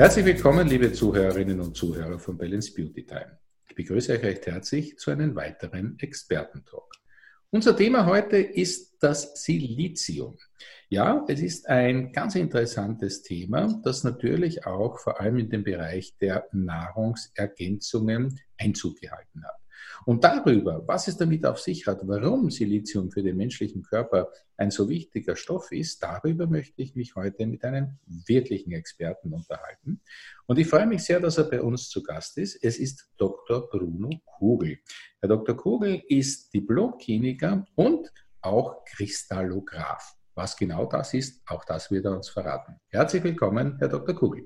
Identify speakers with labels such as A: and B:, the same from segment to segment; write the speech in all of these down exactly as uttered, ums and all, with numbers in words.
A: Herzlich willkommen, liebe Zuhörerinnen und Zuhörer von Balance Beauty Time. Ich begrüße euch recht herzlich zu einem weiteren Expertentalk. Unser Thema heute ist das Silizium. Ja, es ist ein ganz interessantes Thema, das natürlich auch vor allem in den Bereich der Nahrungsergänzungen Einzug gehalten hat. Und darüber, was es damit auf sich hat, warum Silizium für den menschlichen Körper ein so wichtiger Stoff ist, darüber möchte ich mich heute mit einem wirklichen Experten unterhalten. Und ich freue mich sehr, dass er bei uns zu Gast ist. Es ist Doktor Bruno Kugel. Herr Doktor Kugel ist Diplom-Chemiker und auch Kristallograph. Was genau das ist, auch das wird er uns verraten. Herzlich willkommen, Herr Doktor Kugel.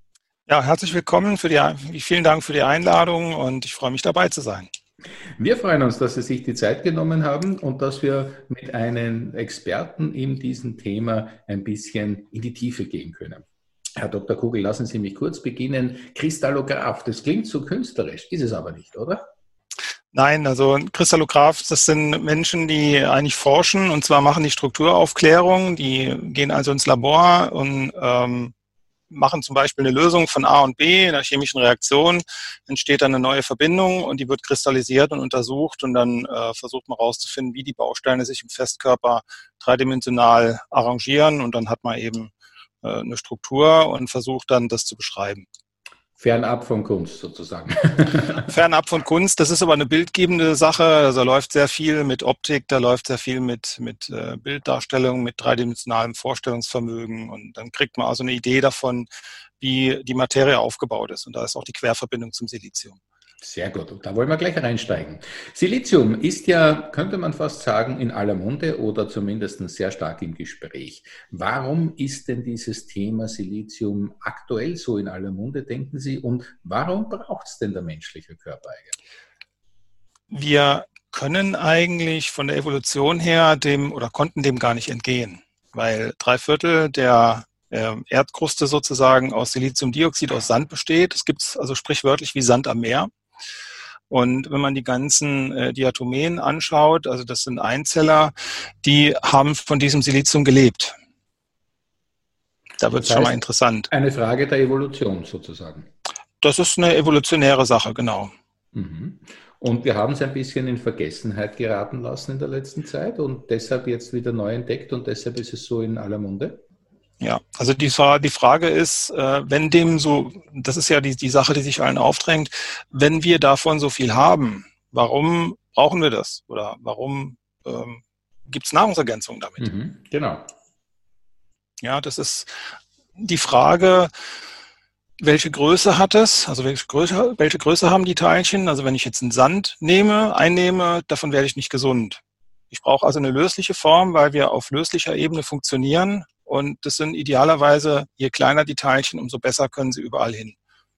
B: Ja, herzlich willkommen. Für die, vielen Dank für die Einladung und ich freue mich, dabei zu sein.
A: Wir freuen uns, dass Sie sich die Zeit genommen haben und dass wir mit einem Experten in diesem Thema ein bisschen in die Tiefe gehen können. Herr Doktor Kugel, lassen Sie mich kurz beginnen. Kristallograph, das klingt so künstlerisch, ist es aber nicht, oder?
B: Nein, also Kristallograph, das sind Menschen, die eigentlich forschen und zwar machen die Strukturaufklärung, die gehen also ins Labor und ähm, machen zum Beispiel eine Lösung von A und B in einer chemischen Reaktion, entsteht dann eine neue Verbindung und die wird kristallisiert und untersucht und dann äh, versucht man herauszufinden, wie die Bausteine sich im Festkörper dreidimensional arrangieren und dann hat man eben äh, eine Struktur und versucht dann das zu beschreiben.
A: Fernab von Kunst sozusagen.
B: Fernab von Kunst, das ist aber eine bildgebende Sache, also läuft sehr viel mit Optik, da läuft sehr viel mit, mit äh, Bilddarstellung, mit dreidimensionalem Vorstellungsvermögen und dann kriegt man also eine Idee davon, wie die Materie aufgebaut ist und da ist auch die Querverbindung zum Silizium.
A: Sehr gut, und da wollen wir gleich reinsteigen. Silizium ist ja, könnte man fast sagen, in aller Munde oder zumindest sehr stark im Gespräch. Warum ist denn dieses Thema Silizium aktuell so in aller Munde, denken Sie, und warum braucht es denn der menschliche Körper eigentlich?
B: Wir können eigentlich von der Evolution her dem oder konnten dem gar nicht entgehen, weil drei Viertel der Erdkruste sozusagen aus Siliziumdioxid, aus Sand besteht. Es gibt es also sprichwörtlich wie Sand am Meer. Und wenn man die ganzen äh, Diatomeen anschaut, also das sind Einzeller, die haben von diesem Silizium gelebt. Da wird es schon mal interessant.
A: Eine Frage der Evolution sozusagen.
B: Das ist eine evolutionäre Sache, genau.
A: Mhm. Und wir haben es ein bisschen in Vergessenheit geraten lassen in der letzten Zeit und deshalb jetzt wieder neu entdeckt und deshalb ist es so in aller Munde?
B: Ja, also die, die Frage ist, wenn dem so, das ist ja die, die Sache, die sich allen aufdrängt, wenn wir davon so viel haben, warum brauchen wir das? Oder warum ähm, gibt es Nahrungsergänzungen damit?
A: Mhm, genau.
B: Ja, das ist die Frage, welche Größe hat es? Also welche Größe, welche Größe haben die Teilchen? Also wenn ich jetzt einen Sand nehme, einnehme, davon werde ich nicht gesund. Ich brauche also eine lösliche Form, weil wir auf löslicher Ebene funktionieren. Und das sind idealerweise, je kleiner die Teilchen, umso besser können sie überall hin.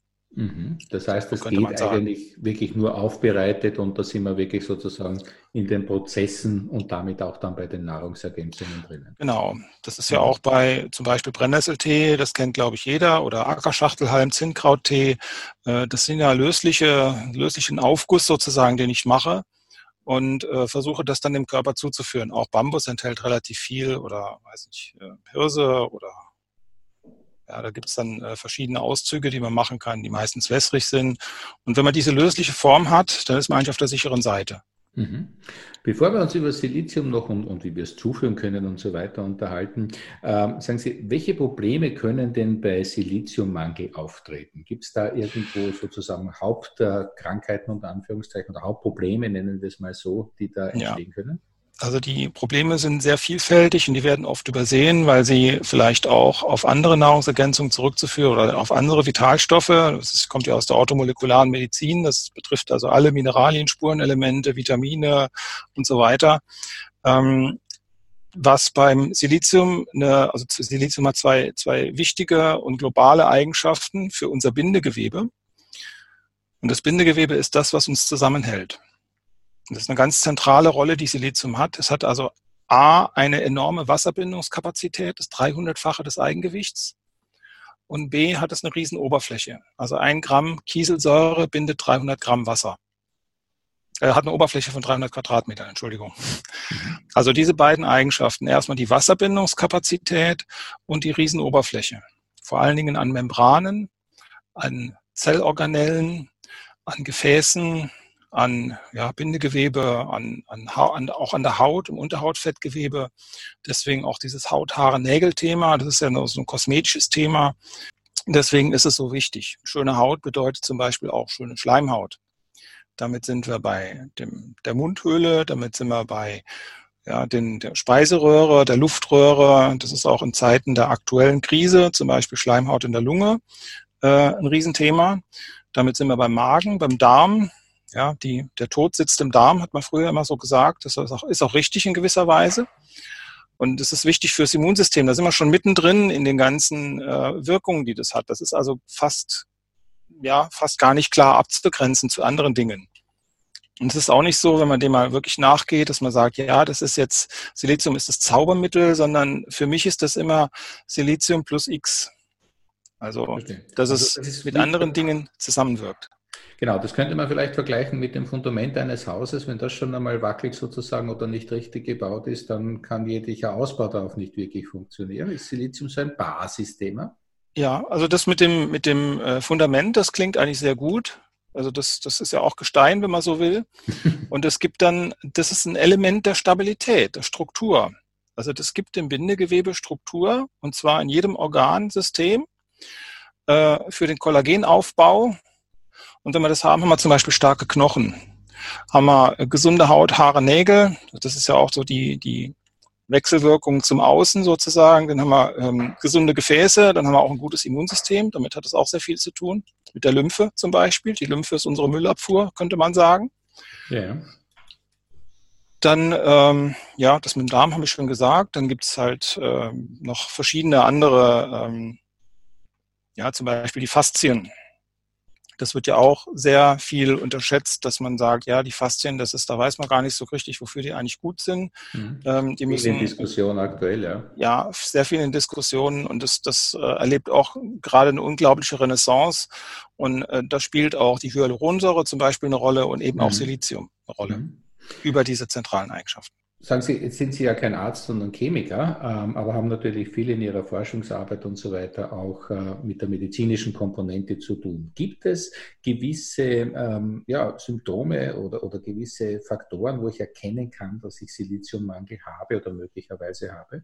A: Das heißt, das geht eigentlich wirklich nur aufbereitet und da sind wir wirklich sozusagen in den Prozessen und damit auch dann bei den Nahrungsergänzungen drinnen.
B: Genau, das ist ja auch bei zum Beispiel Brennnesseltee, das kennt glaube ich jeder, oder Ackerschachtelhalm, Zinnkrauttee. Das sind ja lösliche, löslichen Aufguss sozusagen, den ich mache. Und äh, versuche das dann dem Körper zuzuführen. Auch Bambus enthält relativ viel oder, weiß nicht, äh, Hirse oder, ja, da gibt es dann äh, verschiedene Auszüge, die man machen kann, die meistens wässrig sind. Und wenn man diese lösliche Form hat, dann ist man eigentlich auf der sicheren Seite.
A: Mhm. Bevor wir uns über Silizium noch und, und wie wir es zuführen können und so weiter unterhalten, ähm, sagen Sie, welche Probleme können denn bei Siliziummangel auftreten? Gibt es da irgendwo sozusagen Hauptkrankheiten unter Anführungszeichen oder Hauptprobleme, nennen wir es mal so, die da entstehen ja. können?
B: Also die Probleme sind sehr vielfältig und die werden oft übersehen, weil sie vielleicht auch auf andere Nahrungsergänzungen zurückzuführen oder auf andere Vitalstoffe. Das kommt ja aus der automolekularen Medizin. Das betrifft also alle Mineralien, Spurenelemente, Vitamine und so weiter. Ähm, was beim Silizium, eine, also Silizium hat zwei, zwei wichtige und globale Eigenschaften für unser Bindegewebe. Und das Bindegewebe ist das, was uns zusammenhält. Das ist eine ganz zentrale Rolle, die Silizium hat. Es hat also A, eine enorme Wasserbindungskapazität, das dreihundertfache des Eigengewichts. Und B, hat es eine riesen Oberfläche. Also ein Gramm Kieselsäure bindet dreihundert Gramm Wasser. Er hat eine Oberfläche von dreihundert Quadratmetern, Entschuldigung. Also diese beiden Eigenschaften, erstmal die Wasserbindungskapazität und die riesen Oberfläche. Vor allen Dingen an Membranen an Zellorganellen, an Gefäßen, an ja, Bindegewebe, an, an, an, auch an der Haut, im Unterhautfettgewebe. Deswegen auch dieses Haut-Haare-Nägel-Thema. Das ist ja nur so ein kosmetisches Thema. Deswegen ist es so wichtig. Schöne Haut bedeutet zum Beispiel auch schöne Schleimhaut. Damit sind wir bei dem, der Mundhöhle, damit sind wir bei ja, den, der Speiseröhre, der Luftröhre. Das ist auch in Zeiten der aktuellen Krise, zum Beispiel Schleimhaut in der Lunge, äh, ein Riesenthema. Damit sind wir beim Magen, beim Darm. Ja, die, der Tod sitzt im Darm, hat man früher immer so gesagt. Das ist auch, ist auch richtig in gewisser Weise. Und das ist wichtig fürs Immunsystem. Da sind wir schon mittendrin in den ganzen äh, Wirkungen, die das hat. Das ist also fast, ja, fast gar nicht klar abzugrenzen zu anderen Dingen. Und es ist auch nicht so, wenn man dem mal wirklich nachgeht, dass man sagt, ja, das ist jetzt, Silizium ist das Zaubermittel, sondern für mich ist das immer Silizium plus X. Also, Verstehe. dass also, es das ist mit anderen Dingen zusammenwirkt.
A: Genau, das könnte man vielleicht vergleichen mit dem Fundament eines Hauses. Wenn das schon einmal wackelig sozusagen oder nicht richtig gebaut ist, dann kann jeglicher Ausbau darauf nicht wirklich funktionieren. Ist Silizium so ein Basisthema?
B: Ja, also das mit dem, mit dem Fundament, das klingt eigentlich sehr gut. Also das, das ist ja auch Gestein, wenn man so will. Und es gibt dann, das ist ein Element der Stabilität, der Struktur. Also das gibt dem Bindegewebe Struktur, und zwar in jedem Organsystem äh, für den Kollagenaufbau. Und wenn wir das haben, haben wir zum Beispiel starke Knochen, haben wir gesunde Haut, Haare, Nägel. Das ist ja auch so die, die Wechselwirkung zum Außen sozusagen. Dann haben wir ähm, gesunde Gefäße, dann haben wir auch ein gutes Immunsystem. Damit hat es auch sehr viel zu tun. Mit der Lymphe zum Beispiel. Die Lymphe ist unsere Müllabfuhr, könnte man sagen.
A: Ja.
B: Dann, ähm, ja, das mit dem Darm habe ich schon gesagt. Dann gibt es halt ähm, noch verschiedene andere, ähm, ja, zum Beispiel die Faszien. Das wird ja auch sehr viel unterschätzt, dass man sagt, ja, die Faszien, das ist, da weiß man gar nicht so richtig, wofür die eigentlich gut sind.
A: Mhm. Ähm, die müssen, in Diskussion aktuell, ja.
B: Ja, sehr viel in Diskussionen, und das, das äh, erlebt auch gerade eine unglaubliche Renaissance, und äh, da spielt auch die Hyaluronsäure zum Beispiel eine Rolle und eben mhm. auch Silizium eine Rolle mhm. über diese zentralen Eigenschaften.
A: Sagen Sie, jetzt sind Sie ja kein Arzt, sondern Chemiker, ähm, aber haben natürlich viel in Ihrer Forschungsarbeit und so weiter auch äh, mit der medizinischen Komponente zu tun. Gibt es gewisse ähm, ja, Symptome oder, oder gewisse Faktoren, wo ich erkennen kann, dass ich Siliziummangel habe oder möglicherweise habe?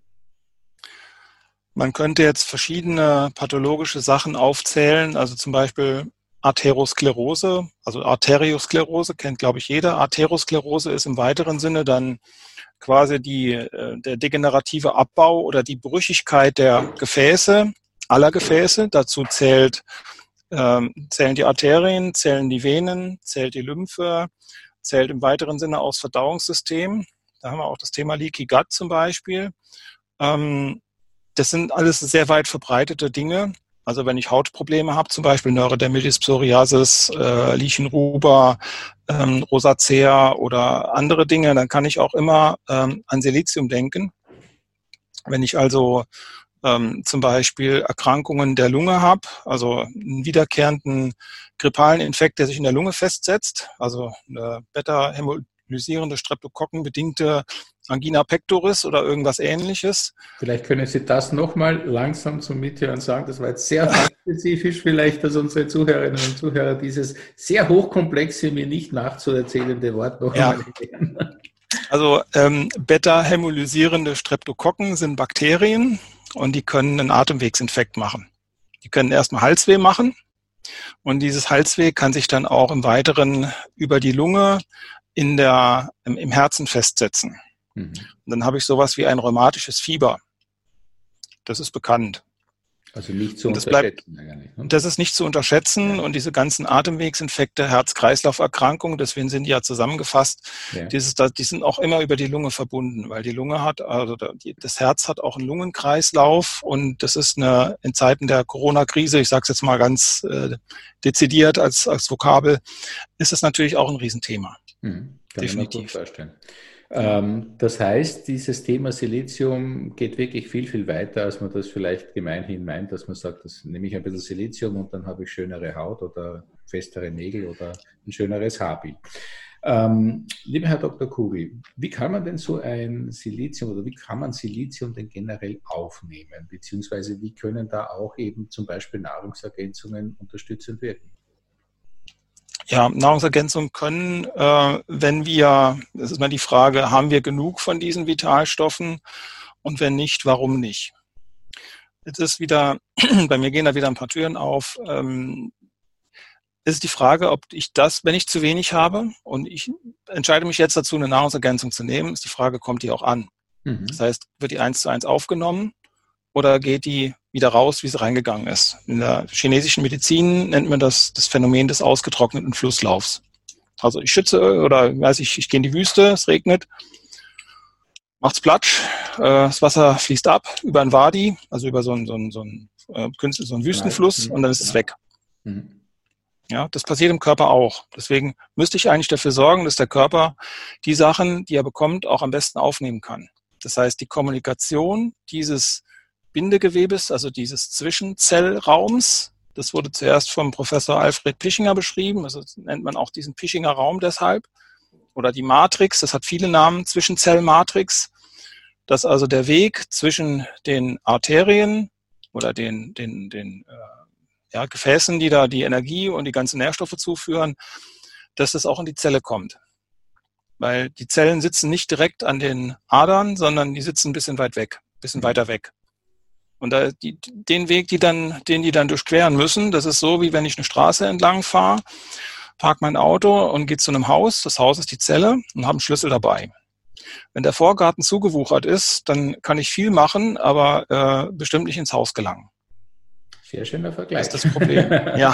B: Man könnte jetzt verschiedene pathologische Sachen aufzählen, also zum Beispiel Arteriosklerose, also Arteriosklerose kennt, glaube ich, jeder. Arteriosklerose ist im weiteren Sinne dann quasi die, der degenerative Abbau oder die Brüchigkeit der Gefäße, aller Gefäße. Dazu zählt, ähm, zählen die Arterien, zählen die Venen, zählt die Lymphe, zählt im weiteren Sinne auch das Verdauungssystem. Da haben wir auch das Thema Leaky Gut zum Beispiel. Ähm, das sind alles sehr weit verbreitete Dinge. Also wenn ich Hautprobleme habe, zum Beispiel Neurodermitis, Psoriasis, äh, Lichenruber, ähm, Rosacea oder andere Dinge, dann kann ich auch immer ähm, an Silizium denken. Wenn ich also ähm, zum Beispiel Erkrankungen der Lunge habe, also einen wiederkehrenden grippalen Infekt, der sich in der Lunge festsetzt, also eine beta-hämolysierende streptokokkenbedingte Angina pectoris oder irgendwas Ähnliches.
A: Vielleicht können Sie das nochmal langsam zum Mithören sagen. Das war jetzt sehr spezifisch vielleicht, dass unsere Zuhörerinnen und Zuhörer dieses sehr hochkomplexe, mir nicht nachzuerzählende Wort noch
B: ja.
A: einmal erklären.
B: Also ähm, beta-hämolysierende Streptokokken sind Bakterien, und die können einen Atemwegsinfekt machen. Die können erstmal Halsweh machen, und dieses Halsweh kann sich dann auch im Weiteren über die Lunge in der, im, im Herzen festsetzen. Und dann habe ich sowas wie ein rheumatisches Fieber. Das ist bekannt.
A: Also nicht zu
B: das
A: unterschätzen.
B: Bleibt, nicht, ne? Das ist nicht zu unterschätzen. Ja. Und diese ganzen Atemwegsinfekte, Herz-Kreislauf-Erkrankungen, deswegen sind die ja zusammengefasst, ja. Dieses, die sind auch immer über die Lunge verbunden, weil die Lunge hat, also das Herz hat auch einen Lungenkreislauf, und das ist eine, in Zeiten der Corona-Krise, ich sage es jetzt mal ganz äh, dezidiert als, als Vokabel, ist es natürlich auch ein Riesenthema.
A: Mhm. Kann Definitiv. Ich mir gut vorstellen. Das heißt, dieses Thema Silizium geht wirklich viel, viel weiter, als man das vielleicht gemeinhin meint, dass man sagt, das nehme ich ein bisschen Silizium und dann habe ich schönere Haut oder festere Nägel oder ein schöneres Haarbild. Ähm, lieber Herr Doktor Kugel, wie kann man denn so ein Silizium oder wie kann man Silizium denn generell aufnehmen? Beziehungsweise wie können da auch eben zum Beispiel Nahrungsergänzungen unterstützend wirken?
B: Ja, Nahrungsergänzungen können, äh, wenn wir, das ist mal die Frage, haben wir genug von diesen Vitalstoffen und wenn nicht, warum nicht? Jetzt ist wieder, bei mir gehen da wieder ein paar Türen auf. Ähm, ist die Frage, ob ich das, wenn ich zu wenig habe und ich entscheide mich jetzt dazu, eine Nahrungsergänzung zu nehmen, ist die Frage, kommt die auch an? Mhm. Das heißt, wird die eins zu eins aufgenommen oder geht die wieder raus, wie sie reingegangen ist? In der chinesischen Medizin nennt man das das Phänomen des ausgetrockneten Flusslaufs. Also ich schütze oder weiß ich, ich gehe in die Wüste, es regnet, macht's Platsch, äh, das Wasser fließt ab über ein Wadi, also über so einen so einen, so einen, äh, so einen Wüstenfluss und dann ist es weg. Mhm. Ja, das passiert im Körper auch. Deswegen müsste ich eigentlich dafür sorgen, dass der Körper die Sachen, die er bekommt, auch am besten aufnehmen kann. Das heißt, die Kommunikation dieses Bindegewebes, also dieses Zwischenzellraums, das wurde zuerst vom Professor Alfred Pischinger beschrieben, also nennt man auch diesen Pischinger Raum deshalb, oder die Matrix, das hat viele Namen, Zwischenzellmatrix, dass also der Weg zwischen den Arterien oder den, den, den äh, ja, Gefäßen, die da die Energie und die ganzen Nährstoffe zuführen, dass das auch in die Zelle kommt. Weil die Zellen sitzen nicht direkt an den Adern, sondern die sitzen ein bisschen weit weg, ein bisschen weiter weg. Und da die, den Weg, die dann, den die dann durchqueren müssen, das ist so, wie wenn ich eine Straße entlang fahre, parke mein Auto und gehe zu einem Haus. Das Haus ist die Zelle und habe einen Schlüssel dabei. Wenn der Vorgarten zugewuchert ist, dann kann ich viel machen, aber äh, bestimmt nicht ins Haus gelangen.
A: Sehr schöner Vergleich.
B: Das ist das Problem. Ja.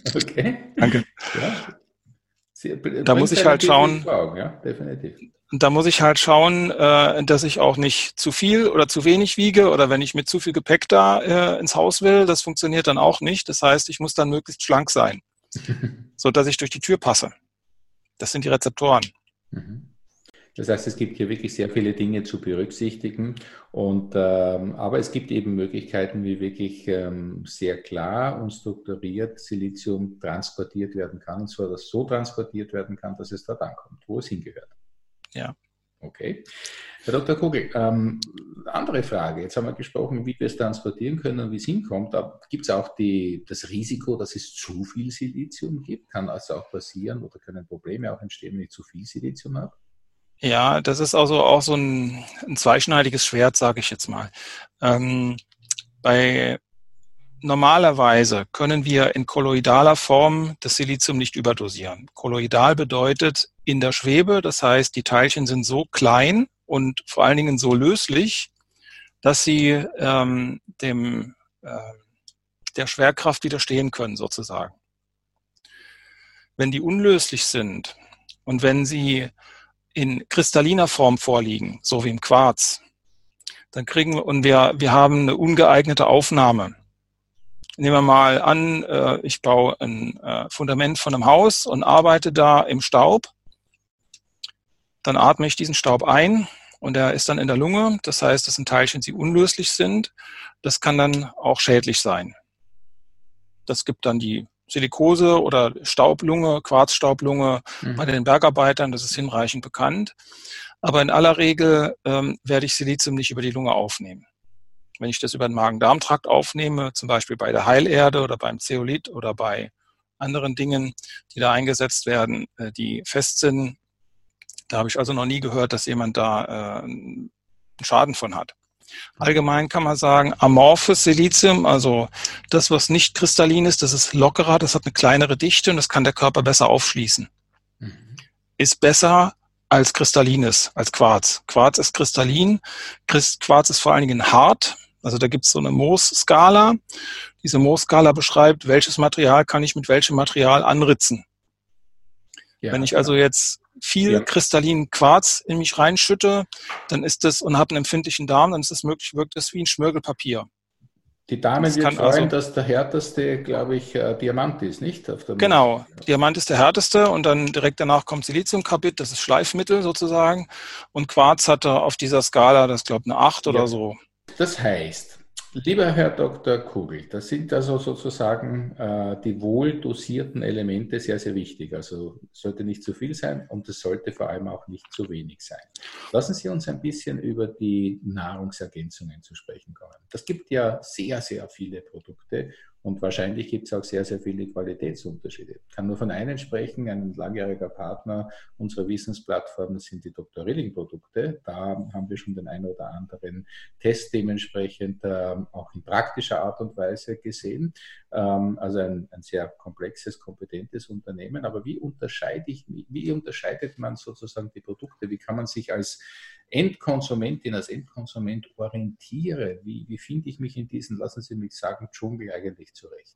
A: Okay.
B: Danke.
A: Ja. Sehr,
B: da muss ich halt schauen.
A: Ja, definitiv.
B: Da muss ich halt schauen, äh, dass ich auch nicht zu viel oder zu wenig wiege oder wenn ich mit zu viel Gepäck da äh, ins Haus will, das funktioniert dann auch nicht. Das heißt, ich muss dann möglichst schlank sein, so dass ich durch die Tür passe. Das sind die Rezeptoren.
A: Mhm. Das heißt, es gibt hier wirklich sehr viele Dinge zu berücksichtigen. Und, ähm, aber es gibt eben Möglichkeiten, wie wirklich ähm, sehr klar und strukturiert Silizium transportiert werden kann. Und zwar, dass es so transportiert werden kann, dass es dort ankommt, wo es hingehört.
B: Ja.
A: Okay. Herr Doktor Kugel, ähm, andere Frage. Jetzt haben wir gesprochen, wie wir es transportieren können und wie es hinkommt. Gibt es auch die, das Risiko, dass es zu viel Silizium gibt? Kann also auch passieren oder können Probleme auch entstehen, wenn ich zu viel Silizium habe?
B: Ja, das ist also auch so ein, ein zweischneidiges Schwert, sage ich jetzt mal. Ähm, bei normalerweise können wir in kolloidaler Form das Silizium nicht überdosieren. Kolloidal bedeutet in der Schwebe, das heißt, die Teilchen sind so klein und vor allen Dingen so löslich, dass sie ähm, dem äh, der Schwerkraft widerstehen können, sozusagen. Wenn die unlöslich sind und wenn sie in kristalliner Form vorliegen, so wie im Quarz, dann kriegen wir, und wir, wir haben eine ungeeignete Aufnahme. Nehmen wir mal an, äh, ich baue ein äh, Fundament von einem Haus und arbeite da im Staub. Dann atme ich diesen Staub ein und er ist dann in der Lunge. Das heißt, das sind Teilchen, die unlöslich sind. Das kann dann auch schädlich sein. Das gibt dann die Silikose oder Staublunge, Quarzstaublunge mhm. bei den Bergarbeitern, das ist hinreichend bekannt. Aber in aller Regel ähm, werde ich Silizium nicht über die Lunge aufnehmen. Wenn ich das über den Magen-Darm-Trakt aufnehme, zum Beispiel bei der Heilerde oder beim Zeolit oder bei anderen Dingen, die da eingesetzt werden, äh, die fest sind, da habe ich also noch nie gehört, dass jemand da äh, einen Schaden von hat. Allgemein kann man sagen, amorphes Silizium, also das, was nicht kristallin ist, das ist lockerer, das hat eine kleinere Dichte und das kann der Körper besser aufschließen. Mhm. Ist besser als kristallines, als Quarz. Quarz ist kristallin, Quarz ist vor allen Dingen hart, also da gibt es so eine Mohs-Skala. Diese Mohs-Skala beschreibt, welches Material kann ich mit welchem Material anritzen. Ja, Wenn ich also jetzt viel ja. kristallinen Quarz in mich reinschütte, dann ist das und habe einen empfindlichen Darm, dann ist es möglich, wirkt es wie ein Schmirgelpapier.
A: Die Dame wird freuen, also, dass der härteste, glaube ich, äh, Diamant ist, nicht? Auf der
B: genau, Messe. Diamant ist der härteste und dann direkt danach kommt Siliziumkarbid, das ist Schleifmittel sozusagen. Und Quarz hat da auf dieser Skala, das glaube ich eine acht ja. oder so.
A: Das heißt, Lieber Herr Doktor Kugel, das sind also sozusagen äh, die wohl dosierten Elemente sehr, sehr wichtig. Also es sollte nicht zu viel sein und es sollte vor allem auch nicht zu wenig sein. Lassen Sie uns ein bisschen über die Nahrungsergänzungen zu sprechen kommen. Das gibt ja sehr, sehr viele Produkte und wahrscheinlich gibt es auch sehr, sehr viele Qualitätsunterschiede. Ich kann nur von einem sprechen, ein langjähriger Partner unserer Wissensplattform, das sind die Doktor Rilling-Produkte. Da haben wir schon den einen oder anderen Test dementsprechend äh, auch in praktischer Art und Weise gesehen. Ähm, also ein, ein sehr komplexes, kompetentes Unternehmen. Aber wie, unterscheide ich, wie unterscheidet man sozusagen die Produkte? Wie kann man sich als Endkonsumentin, als Endkonsument orientiere? Wie, wie finde ich mich in diesen, lassen Sie mich sagen, Dschungel eigentlich zurecht?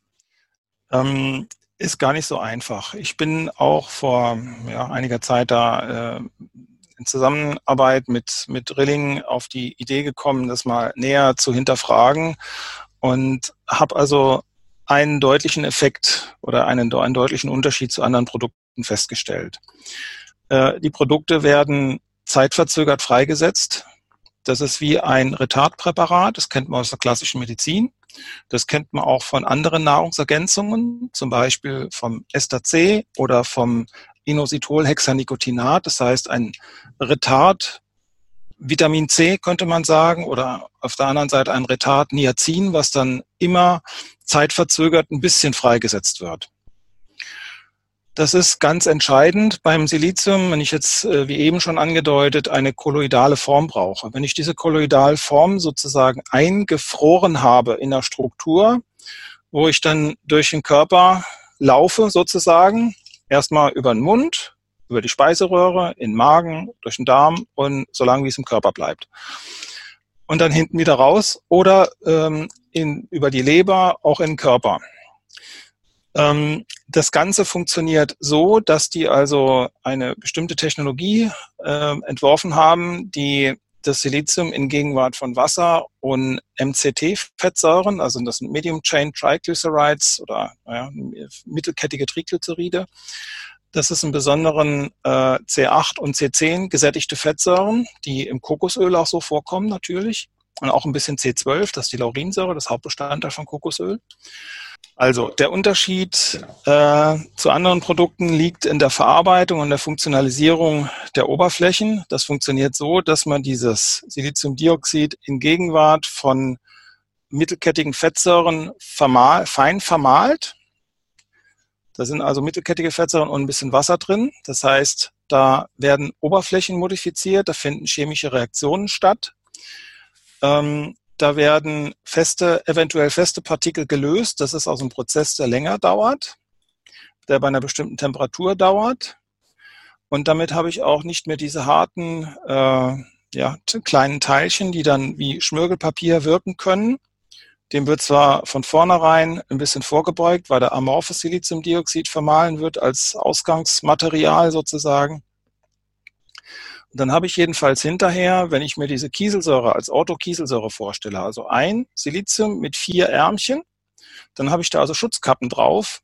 B: Ähm, ist gar nicht so einfach. Ich bin auch vor ja, einiger Zeit da äh, in Zusammenarbeit mit, mit Rilling auf die Idee gekommen, das mal näher zu hinterfragen und habe also einen deutlichen Effekt oder einen, einen deutlichen Unterschied zu anderen Produkten festgestellt. Äh, die Produkte werden zeitverzögert freigesetzt. Das ist wie ein Retardpräparat, das kennt man aus der klassischen Medizin. Das kennt man auch von anderen Nahrungsergänzungen, zum Beispiel vom Ester C oder vom Inositol-Hexanicotinat. Das heißt, ein Retard Vitamin C könnte man sagen oder auf der anderen Seite ein Retard Niacin, was dann immer zeitverzögert ein bisschen freigesetzt wird. Das ist ganz entscheidend beim Silizium, wenn ich jetzt, wie eben schon angedeutet, eine kolloidale Form brauche. Wenn ich diese kolloidale Form sozusagen eingefroren habe in der Struktur, wo ich dann durch den Körper laufe sozusagen, erstmal über den Mund, über die Speiseröhre, in den Magen, durch den Darm und solange wie es im Körper bleibt. Und dann hinten wieder raus oder ähm, in, über die Leber auch in den Körper. Das Ganze funktioniert so, dass die also eine bestimmte Technologie äh, entworfen haben, die das Silizium in Gegenwart von Wasser und M C T-Fettsäuren, also das sind Medium Chain Triglycerides oder naja, mittelkettige Triglyceride, das ist im Besonderen äh, C acht und C zehn gesättigte Fettsäuren, die im Kokosöl auch so vorkommen natürlich. Und auch ein bisschen C zwölf, das ist die Laurinsäure, das Hauptbestandteil von Kokosöl. Also der Unterschied äh, zu anderen Produkten liegt in der Verarbeitung und der Funktionalisierung der Oberflächen. Das funktioniert so, dass man dieses Siliziumdioxid in Gegenwart von mittelkettigen Fettsäuren vermahl, fein vermahlt. Da sind also mittelkettige Fettsäuren und ein bisschen Wasser drin. Das heißt, da werden Oberflächen modifiziert, da finden chemische Reaktionen statt. Ähm, Da werden feste, eventuell feste Partikel gelöst. Das ist also ein Prozess, der länger dauert, der bei einer bestimmten Temperatur dauert. Und damit habe ich auch nicht mehr diese harten, äh, ja, kleinen Teilchen, die dann wie Schmirgelpapier wirken können. Dem wird zwar von vornherein ein bisschen vorgebeugt, weil der amorphes Siliziumdioxid vermahlen wird als Ausgangsmaterial sozusagen. Und dann habe ich jedenfalls hinterher, wenn ich mir diese Kieselsäure als Orthokieselsäure vorstelle, also ein Silizium mit vier Ärmchen, dann habe ich da also Schutzkappen drauf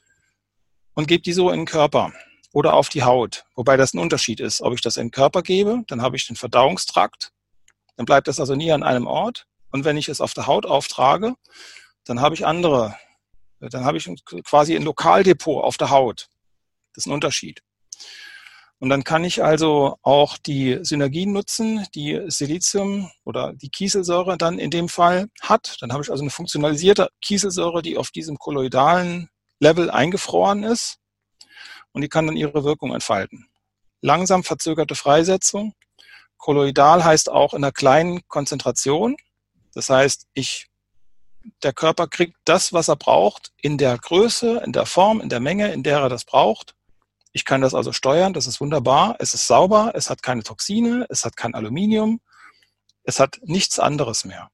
B: und gebe die so in den Körper oder auf die Haut. Wobei das ein Unterschied ist, ob ich das in den Körper gebe, dann habe ich den Verdauungstrakt, dann bleibt das also nie an einem Ort. Und wenn ich es auf der Haut auftrage, dann habe ich andere, dann habe ich quasi ein Lokaldepot auf der Haut. Das ist ein Unterschied. Und dann kann ich also auch die Synergien nutzen, die Silizium oder die Kieselsäure dann in dem Fall hat. Dann habe ich also eine funktionalisierte Kieselsäure, die auf diesem kolloidalen Level eingefroren ist und die kann dann ihre Wirkung entfalten. Langsam verzögerte Freisetzung. Kolloidal heißt auch in einer kleinen Konzentration. Das heißt, ich, der Körper kriegt das, was er braucht, in der Größe, in der Form, in der Menge, in der er das braucht. Ich kann das also steuern, das ist wunderbar, es ist sauber, es hat keine Toxine, es hat kein Aluminium, es hat nichts anderes mehr.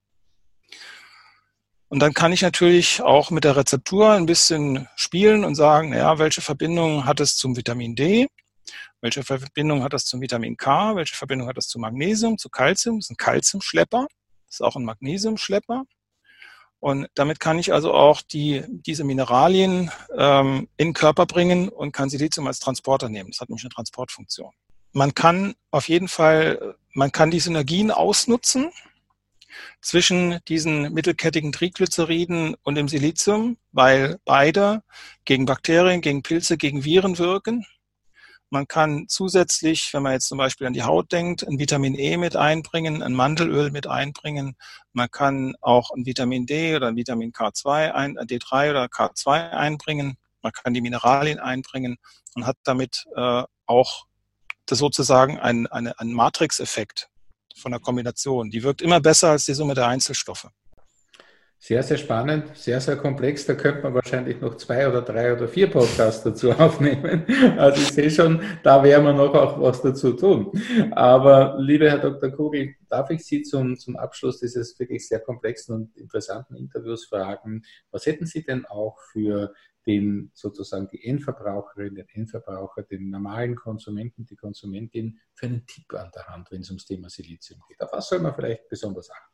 B: Und dann kann ich natürlich auch mit der Rezeptur ein bisschen spielen und sagen, naja, welche Verbindung hat es zum Vitamin D, welche Verbindung hat es zum Vitamin K, welche Verbindung hat es zu Magnesium, zu Calcium, das ist ein Calciumschlepper, das ist auch ein Magnesiumschlepper. Und damit kann ich also auch die, diese Mineralien ähm, in den Körper bringen und kann Silizium als Transporter nehmen. Das hat nämlich eine Transportfunktion. Man kann auf jeden Fall, man kann die Synergien ausnutzen. zwischen diesen mittelkettigen Triglyceriden und dem Silizium, weil beide gegen Bakterien, gegen Pilze, gegen Viren wirken. Man kann zusätzlich, wenn man jetzt zum Beispiel an die Haut denkt, ein Vitamin E mit einbringen, ein Mandelöl mit einbringen. Man kann auch ein Vitamin D oder ein Vitamin K zwei, ein, D drei oder K zwei einbringen. Man kann die Mineralien einbringen und hat damit äh, auch das sozusagen einen, eine, einen Matrix-Effekt von der Kombination. Die wirkt immer besser als die Summe der Einzelstoffe.
A: Sehr, sehr spannend, sehr, sehr komplex. Da könnte man wahrscheinlich noch zwei oder drei oder vier Podcasts dazu aufnehmen. Also ich sehe schon, da werden wir noch auch was dazu tun. Aber lieber Herr Doktor Kugel, darf ich Sie zum, zum Abschluss dieses wirklich sehr komplexen und interessanten Interviews fragen, was hätten Sie denn auch für den sozusagen die Endverbraucherin, den Endverbraucher, den normalen Konsumenten, die Konsumentin für einen Tipp an der Hand, wenn es ums Thema Silizium geht? Auf was soll man vielleicht besonders achten?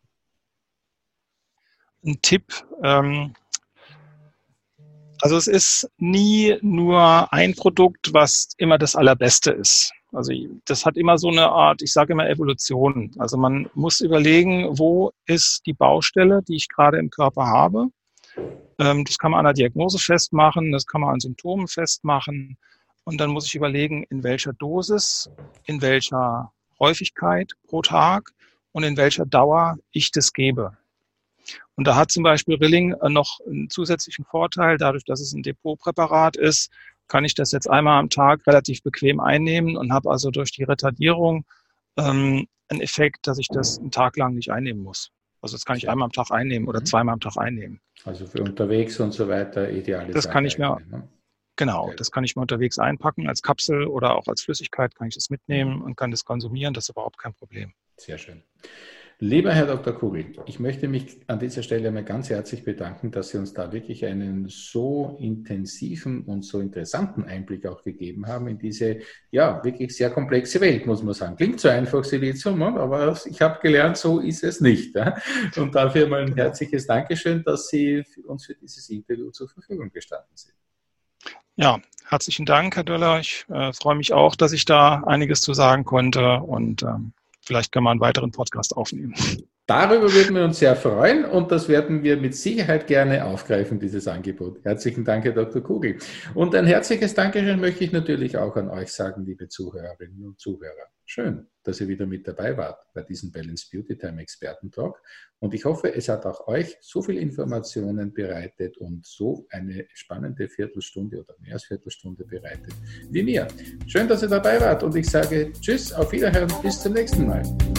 B: Ein Tipp, ähm, also es ist nie nur ein Produkt, was immer das Allerbeste ist. Also das hat immer so eine Art, ich sage immer Evolution. Also man muss überlegen, wo ist die Baustelle, die ich gerade im Körper habe. Ähm, das kann man an der Diagnose festmachen, das kann man an Symptomen festmachen. Und dann muss ich überlegen, in welcher Dosis, in welcher Häufigkeit pro Tag und in welcher Dauer ich das gebe. Und da hat zum Beispiel Rilling noch einen zusätzlichen Vorteil, dadurch, dass es ein Depotpräparat ist, kann ich das jetzt einmal am Tag relativ bequem einnehmen und habe also durch die Retardierung ähm, einen Effekt, dass ich das einen Tag lang nicht einnehmen muss. Also das kann ich einmal am Tag einnehmen oder zweimal am Tag einnehmen.
A: Also für unterwegs und so weiter ideal.
B: Das kann ich mir,
A: ne?
B: genau,
A: Okay.
B: das kann ich mir unterwegs einpacken als Kapsel oder auch als Flüssigkeit kann ich das mitnehmen und kann das konsumieren, das ist überhaupt kein Problem.
A: Sehr schön. Lieber Herr Doktor Kugel, ich möchte mich an dieser Stelle einmal ganz herzlich bedanken, dass Sie uns da wirklich einen so intensiven und so interessanten Einblick auch gegeben haben in diese, ja, wirklich sehr komplexe Welt, muss man sagen. Klingt so einfach, Silizium, aber ich habe gelernt, so ist es nicht. Und dafür mal ein herzliches Dankeschön, dass Sie uns für dieses Interview zur Verfügung gestanden sind.
B: Ja, herzlichen Dank, Herr Döller. Ich äh, freue mich auch, dass ich da einiges zu sagen konnte und ähm, vielleicht können wir einen weiteren Podcast aufnehmen.
A: Darüber würden wir uns sehr freuen und das werden wir mit Sicherheit gerne aufgreifen, dieses Angebot. Herzlichen Dank, Herr Doktor Kugel. Und ein herzliches Dankeschön möchte ich natürlich auch an euch sagen, liebe Zuhörerinnen und Zuhörer. Schön, dass ihr wieder mit dabei wart bei diesem Balance Beauty Time Experten-Talk. Und ich hoffe, es hat auch euch so viel Informationen bereitet und so eine spannende Viertelstunde oder mehr als Viertelstunde bereitet wie mir. Schön, dass ihr dabei wart und ich sage Tschüss, auf Wiederhören, bis zum nächsten Mal.